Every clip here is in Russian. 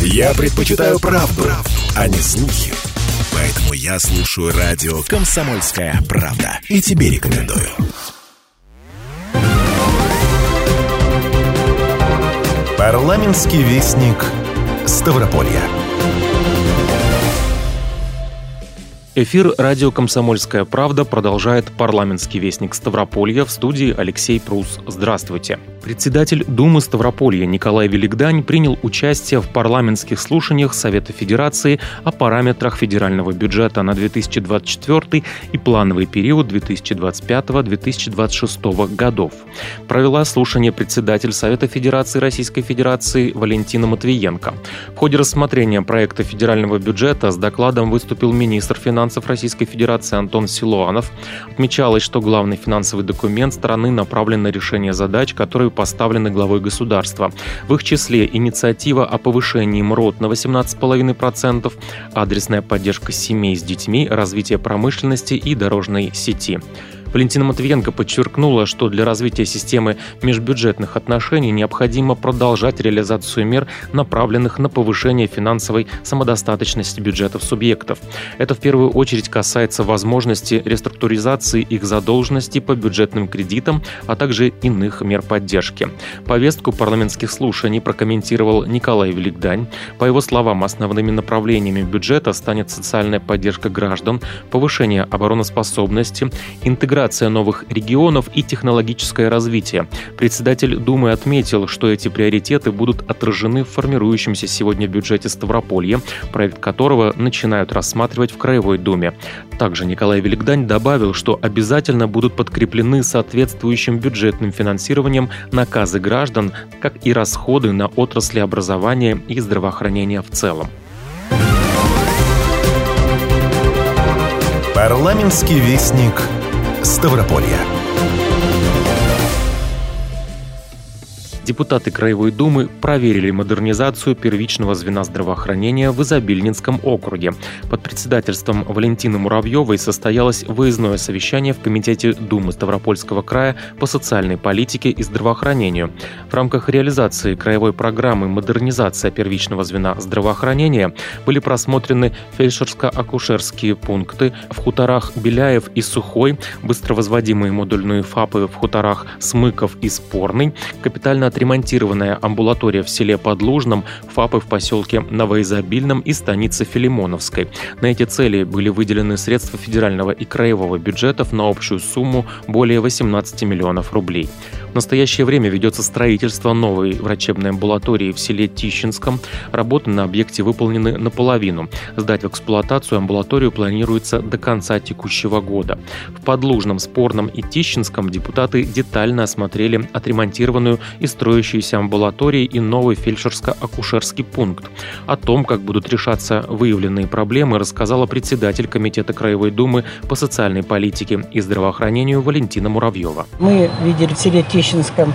Я предпочитаю правду, а не слухи. Поэтому я слушаю радио «Комсомольская правда». И тебе рекомендую. Парламентский вестник Ставрополья. Эфир радио «Комсомольская правда» продолжает парламентский вестник Ставрополья. В студии Алексей Прус. Здравствуйте. Председатель Думы Ставрополья Николай Великдань принял участие в парламентских слушаниях Совета Федерации о параметрах федерального бюджета на 2024 и плановый период 2025-2026 годов. Провела слушание председатель Совета Федерации Российской Федерации Валентина Матвиенко. В ходе рассмотрения проекта федерального бюджета с докладом выступил министр финансов Российской Федерации Антон Силуанов. Отмечалось, что главный финансовый документ страны направлен на решение задач, которые поставлены главой государства. В их числе инициатива о повышении МРОТ на 18,5%, адресная поддержка семей с детьми, развитие промышленности и дорожной сети. Валентина Матвиенко подчеркнула, что для развития системы межбюджетных отношений необходимо продолжать реализацию мер, направленных на повышение финансовой самодостаточности бюджетов субъектов. Это в первую очередь касается возможности реструктуризации их задолженности по бюджетным кредитам, а также иных мер поддержки. Повестку парламентских слушаний прокомментировал Николай Великдань. По его словам, основными направлениями бюджета станет социальная поддержка граждан, повышение обороноспособности, интеграция новых регионов и технологическое развитие. Председатель Думы отметил, что эти приоритеты будут отражены в формирующемся сегодня бюджете Ставрополья, проект которого начинают рассматривать в Краевой Думе. Также Николай Великдань добавил, что обязательно будут подкреплены соответствующим бюджетным финансированием наказы граждан, как и расходы на отрасли образования и здравоохранения в целом. Парламентский вестник Ставрополья. Депутаты Краевой Думы проверили модернизацию первичного звена здравоохранения в Изобильнинском округе. Под председательством Валентины Муравьевой состоялось выездное совещание в Комитете Думы Ставропольского края по социальной политике и здравоохранению. В рамках реализации краевой программы «Модернизация первичного звена здравоохранения» были просмотрены фельдшерско-акушерские пункты в хуторах Беляев и Сухой, быстровозводимые модульные ФАПы в хуторах Смыков и Спорный, капитально отремонтированная амбулатория в селе Подлужном, ФАПы в поселке Новоизобильном и станице Филимоновской. На эти цели были выделены средства федерального и краевого бюджетов на общую сумму более 18 миллионов рублей. В настоящее время ведется строительство новой врачебной амбулатории в селе Тищинском. Работы на объекте выполнены наполовину. Сдать в эксплуатацию амбулаторию планируется до конца текущего года. В Подлужном, Спорном и Тищинском депутаты детально осмотрели отремонтированную и строящиеся амбулатории и новый фельдшерско-акушерский пункт. О том, как будут решаться выявленные проблемы, рассказала председатель Комитета Краевой Думы по социальной политике и здравоохранению Валентина Муравьева. Мы видели в селе Тищинском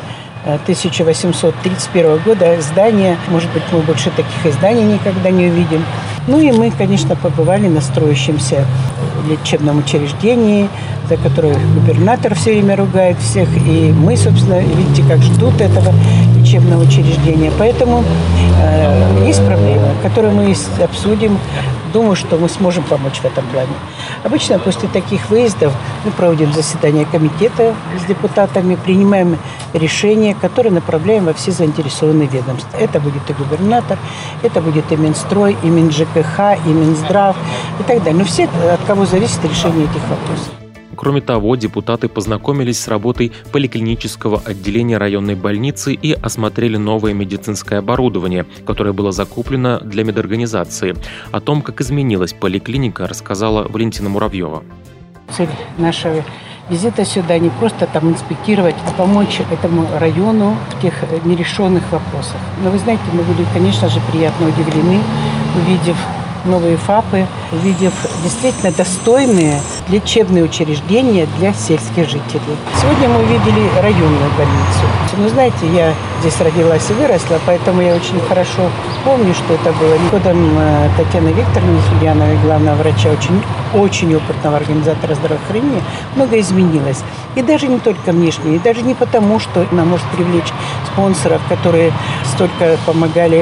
1831 года здание. Может быть, мы больше таких изданий никогда не увидим. Ну и мы, конечно, побывали на строящемся лечебном учреждении, за которое губернатор все время ругает всех. И мы, собственно, видите, как ждут этого лечебного учреждения. Поэтому есть проблемы, которые мы обсудим. Думаю, что мы сможем помочь в этом плане. Обычно после таких выездов мы проводим заседание комитета с депутатами, принимаем решения, которые направляем во все заинтересованные ведомства. Это будет и губернатор, это будет и Минстрой, и МинЖКХ, и Минздрав и так далее. Но все, от кого зависит решение этих вопросов. Кроме того, депутаты познакомились с работой поликлинического отделения районной больницы и осмотрели новое медицинское оборудование, которое было закуплено для медорганизации. О том, как изменилась поликлиника, рассказала Валентина Муравьева. Цель нашего визита сюда не просто там инспектировать, а помочь этому району в тех нерешенных вопросах. Но вы знаете, мы были, конечно же, приятно удивлены, увидев новые ФАПы, увидев действительно достойные лечебные учреждения для сельских жителей. Сегодня мы увидели районную больницу. Ну, знаете, я здесь родилась и выросла, поэтому я очень хорошо помню, что это было. Ходом Татьяны Викторовны Ульяновой, главного врача, очень опытного организатора здравоохранения, многое изменилось. И даже не только внешне, и даже не потому, что она может привлечь спонсоров, которые столько помогали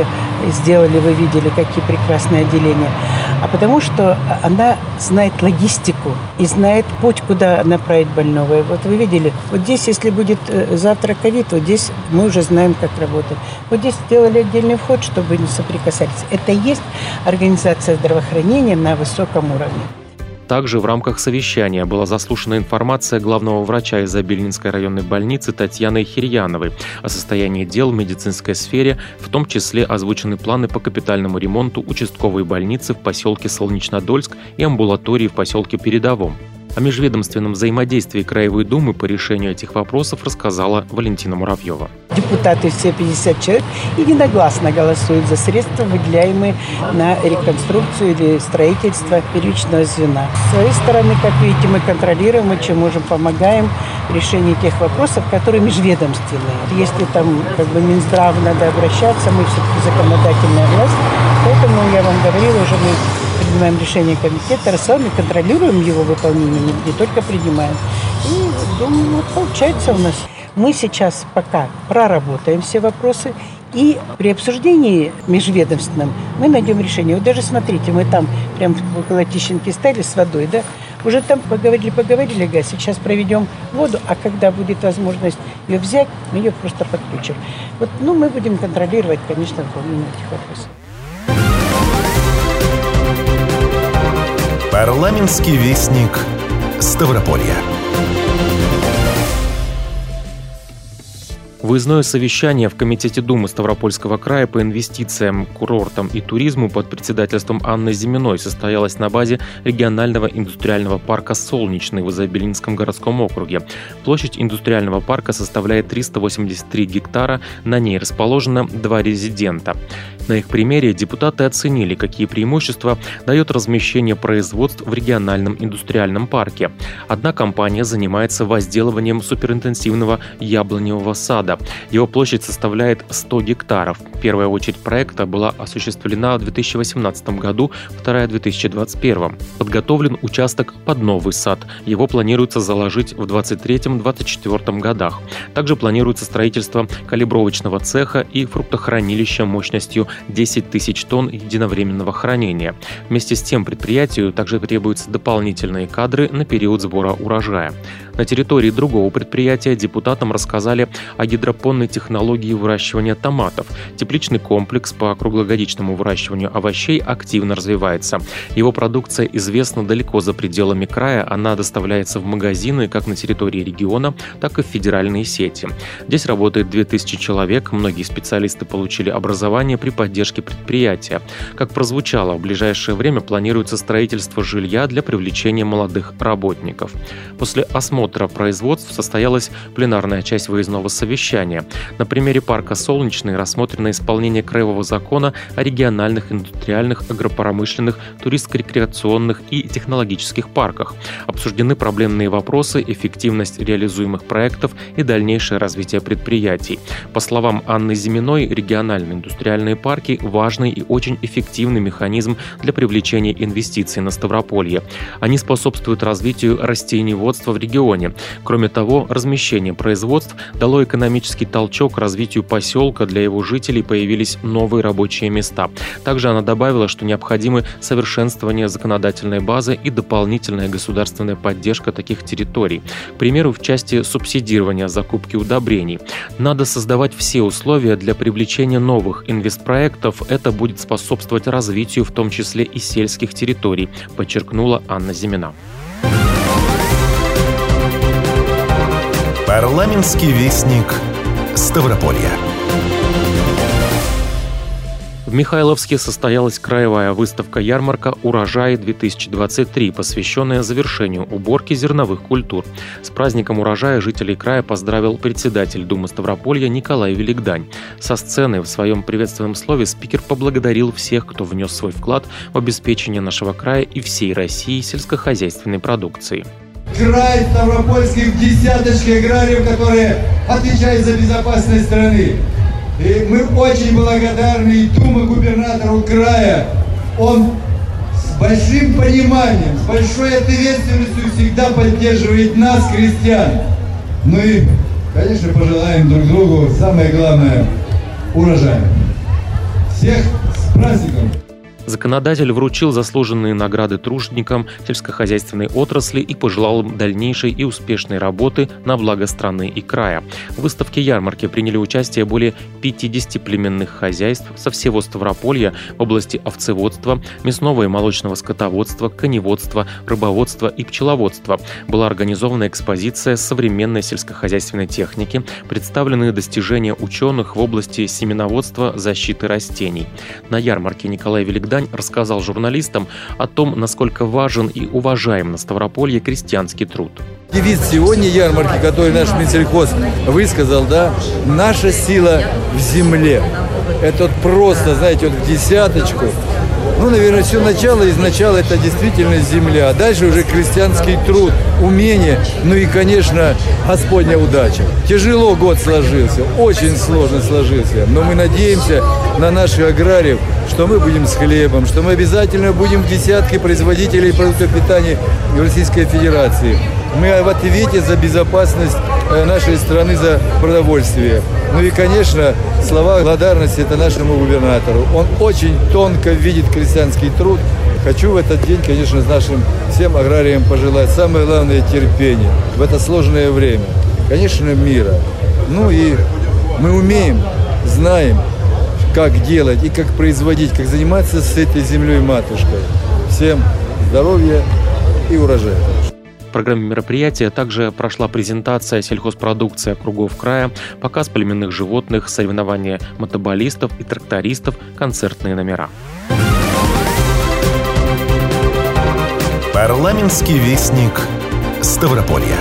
сделали, вы видели, какие прекрасные отделения, а потому что она знает логистику и знает путь, куда направить больного. Вот вы видели, вот здесь, если будет завтра ковид, вот здесь мы уже знаем, как работать. Вот здесь сделали отдельный вход, чтобы не соприкасались. Это и есть организация здравоохранения на высоком уровне. Также в рамках совещания была заслушана информация главного врача Изобильнинской районной больницы Татьяны Хирьяновой о состоянии дел в медицинской сфере, в том числе озвучены планы по капитальному ремонту участковой больницы в поселке Солнечнодольск и амбулатории в поселке Передовом. О межведомственном взаимодействии Краевой Думы по решению этих вопросов рассказала Валентина Муравьева. Депутаты, все 50 человек, единогласно голосуют за средства, выделяемые на реконструкцию или строительство первичного звена. С своей стороны, как видите, мы контролируем, мы чем можем, помогаем в решении тех вопросов, которые межведомственные. Если там Минздрав надо обращаться, мы все-таки законодательная власть, поэтому я вам говорила, уже мы принимаем решение комитета, с вами контролируем его выполнение, не только принимаем. И думаю, вот получается у нас. Мы сейчас пока проработаем все вопросы, и при обсуждении межведомственном мы найдем решение. Вот даже смотрите, мы там прям около Тищенки стали с водой, да? Уже там поговорили, га, сейчас проведем воду, а когда будет возможность ее взять, мы ее просто подключим. Вот, мы будем контролировать, конечно, выполнение этих вопросов. Парламентский вестник Ставрополья. Выездное совещание в Комитете Думы Ставропольского края по инвестициям, курортам и туризму под председательством Анны Зиминой состоялось на базе регионального индустриального парка «Солнечный» в Изобильнинском городском округе. Площадь индустриального парка составляет 383 гектара, на ней расположено 2 резидента. На их примере депутаты оценили, какие преимущества дает размещение производств в региональном индустриальном парке. Одна компания занимается возделыванием суперинтенсивного яблоневого сада. Его площадь составляет 100 гектаров. Первая очередь проекта была осуществлена в 2018 году, вторая – в 2021. Подготовлен участок под новый сад. Его планируется заложить в 2023-2024 годах. Также планируется строительство калибровочного цеха и фруктохранилища мощностью 10 тысяч тонн единовременного хранения. Вместе с тем предприятию также требуются дополнительные кадры на период сбора урожая. На территории другого предприятия депутатам рассказали о гидропонной технологии выращивания томатов. Тепличный комплекс по круглогодичному выращиванию овощей активно развивается. Его продукция известна далеко за пределами края, она доставляется в магазины как на территории региона, так и в федеральные сети. Здесь работает 2000 человек, многие специалисты получили образование при поддержке предприятия. Как прозвучало, в ближайшее время планируется строительство жилья для привлечения молодых работников. После осмотра производств состоялась пленарная часть выездного совещания. На примере парка «Солнечный» рассмотрено исполнение краевого закона о региональных индустриальных, агропромышленных, туристско-рекреационных и технологических парках. Обсуждены проблемные вопросы, эффективность реализуемых проектов и дальнейшее развитие предприятий. По словам Анны Зиминой, региональные индустриальные парки – важный и очень эффективный механизм для привлечения инвестиций на Ставрополье. Они способствуют развитию растениеводства в регионе. Кроме того, размещение производств дало экономический толчок развитию поселка, для его жителей появились новые рабочие места. Также она добавила, что необходимы совершенствование законодательной базы и дополнительная государственная поддержка таких территорий. К примеру, в части субсидирования закупки удобрений. Надо создавать все условия для привлечения новых инвестпроектов. Это будет способствовать развитию, в том числе и сельских территорий, подчеркнула Анна Зимина. Парламентский вестник Ставрополья. В Михайловске состоялась краевая выставка-ярмарка «Урожай-2023», посвященная завершению уборки зерновых культур. С праздником урожая жителей края поздравил председатель Думы Ставрополья Николай Великдань. Со сцены в своем приветственном слове спикер поблагодарил всех, кто внес свой вклад в обеспечение нашего края и всей России сельскохозяйственной продукцией. Край Ставропольский в десяточке аграриев, которые отвечают за безопасность страны. И мы очень благодарны и Думе губернатору края. Он с большим пониманием, с большой ответственностью всегда поддерживает нас, крестьян. Ну и, конечно, пожелаем друг другу, самое главное, урожая. Всех с праздником! Законодатель вручил заслуженные награды труженикам сельскохозяйственной отрасли и пожелал им дальнейшей и успешной работы на благо страны и края. В выставке ярмарки приняли участие более 50 племенных хозяйств со всего Ставрополья в области овцеводства, мясного и молочного скотоводства, коневодства, рыбоводства и пчеловодства. Была организована экспозиция современной сельскохозяйственной техники, представленные достижения ученых в области семеноводства, защиты растений. На ярмарке Николай Великдань рассказал журналистам о том, насколько важен и уважаем на Ставрополье крестьянский труд. Девиз сегодня ярмарки, который наш Минсельхоз высказал, да, наша сила в земле. Это вот просто, знаете, вот в десяточку. Ну, наверное, все начало, изначало это действительно земля. А дальше уже крестьянский труд, умение, ну и, конечно, Господня удача. Тяжело год сложился, очень сложно сложился. Но мы надеемся на наших аграриев, что мы будем с хлебом, что мы обязательно будем в десятке производителей продуктов питания в Российской Федерации. Мы в ответе за безопасность нашей страны, за продовольствие. Ну и, конечно, слова благодарности это нашему губернатору. Он очень тонко видит крестьянский труд. Хочу в этот день, конечно, нашим всем аграриям пожелать самое главное – терпение в это сложное время. Конечно, мира. Ну и мы умеем, знаем, как делать и как производить, как заниматься с этой землей матушкой. Всем здоровья и урожая. В программе мероприятия также прошла презентация сельхозпродукции округов края, показ племенных животных, соревнования мотоболистов и трактористов, концертные номера. Парламентский вестник Ставрополья.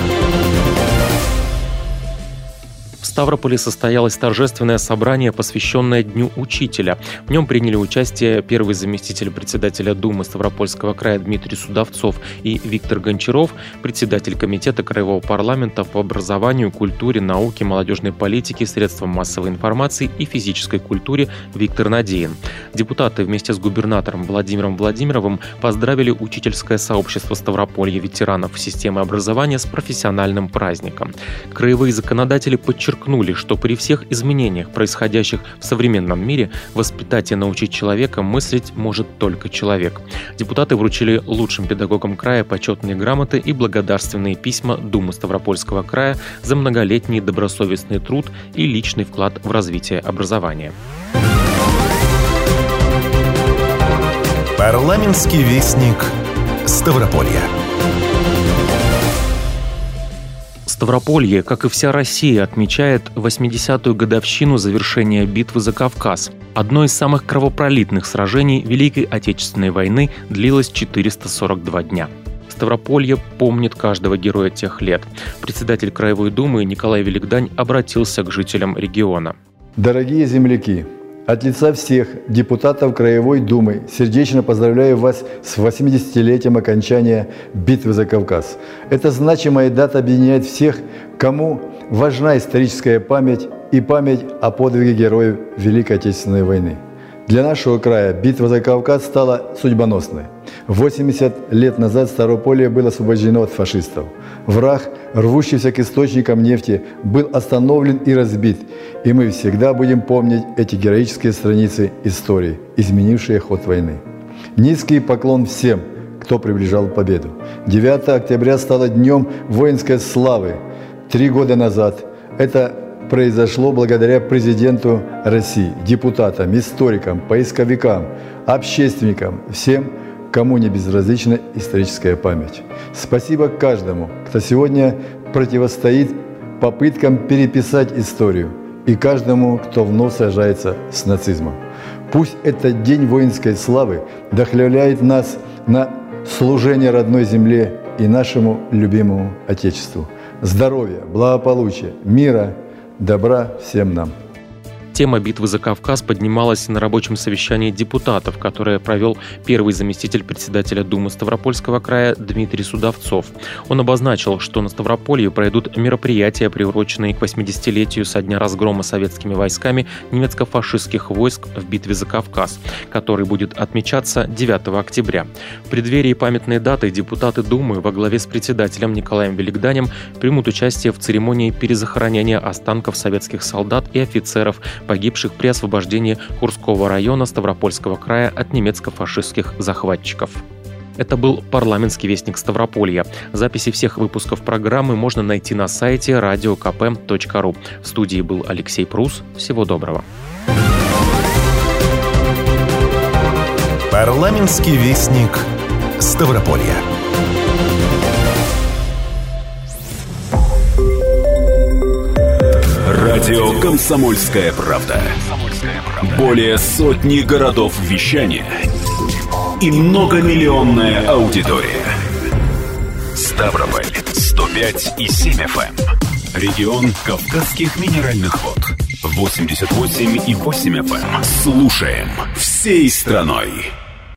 В Ставрополе состоялось торжественное собрание, посвященное Дню учителя. В нем приняли участие первый заместитель председателя Думы Ставропольского края Дмитрий Судовцов и Виктор Гончаров, председатель комитета Краевого парламента по образованию, культуре, науке, молодежной политике, средствам массовой информации и физической культуре Виктор Надеин. Депутаты вместе с губернатором Владимиром Владимировым поздравили учительское сообщество Ставрополья ветеранов системы образования с профессиональным праздником. Краевые законодатели подчеркнули, что при всех изменениях, происходящих в современном мире, воспитать и научить человека мыслить может только человек. Депутаты вручили лучшим педагогам края почетные грамоты и благодарственные письма Думы Ставропольского края за многолетний добросовестный труд и личный вклад в развитие образования. Парламентский вестник Ставрополья. Ставрополье, как и вся Россия, отмечает 80-ю годовщину завершения битвы за Кавказ. Одно из самых кровопролитных сражений Великой Отечественной войны длилось 442 дня. Ставрополье помнит каждого героя тех лет. Председатель Краевой Думы Николай Великдань обратился к жителям региона. Дорогие земляки, от лица всех депутатов Краевой Думы сердечно поздравляю вас с 80-летием окончания битвы за Кавказ. Эта значимая дата объединяет всех, кому важна историческая память и память о подвиге героев Великой Отечественной войны. Для нашего края битва за Кавказ стала судьбоносной. 80 лет назад Ставрополье было освобождено от фашистов. Враг, рвущийся к источникам нефти, был остановлен и разбит. И мы всегда будем помнить эти героические страницы истории, изменившие ход войны. Низкий поклон всем, кто приближал победу. 9 октября стало днем воинской славы. 3 года назад это произошло благодаря президенту России, депутатам, историкам, поисковикам, общественникам, всем, кому не безразлична историческая память. Спасибо каждому, кто сегодня противостоит попыткам переписать историю, и каждому, кто вновь сражается с нацизмом. Пусть этот день воинской славы вдохновляет нас на служение родной земле и нашему любимому Отечеству. Здоровья, благополучия, мира, добра всем нам. Тема битвы за Кавказ поднималась на рабочем совещании депутатов, которое провел первый заместитель председателя Думы Ставропольского края Дмитрий Судовцов. Он обозначил, что на Ставрополье пройдут мероприятия, приуроченные к 80-летию со дня разгрома советскими войсками немецко-фашистских войск в битве за Кавказ, который будет отмечаться 9 октября. В преддверии памятной даты депутаты Думы во главе с председателем Николаем Великданем примут участие в церемонии перезахоронения останков советских солдат и офицеров, погибших при освобождении Курского района Ставропольского края от немецко-фашистских захватчиков. Это был парламентский вестник Ставрополья. Записи всех выпусков программы можно найти на сайте radiokp.ru. В студии был Алексей Прус. Всего доброго. Парламентский вестник Ставрополья. Радио «Комсомольская правда». Более сотни городов вещания и многомиллионная аудитория. Ставрополь 105,7 FM. Регион Кавказских минеральных вод 88,8 FM. Слушаем всей страной.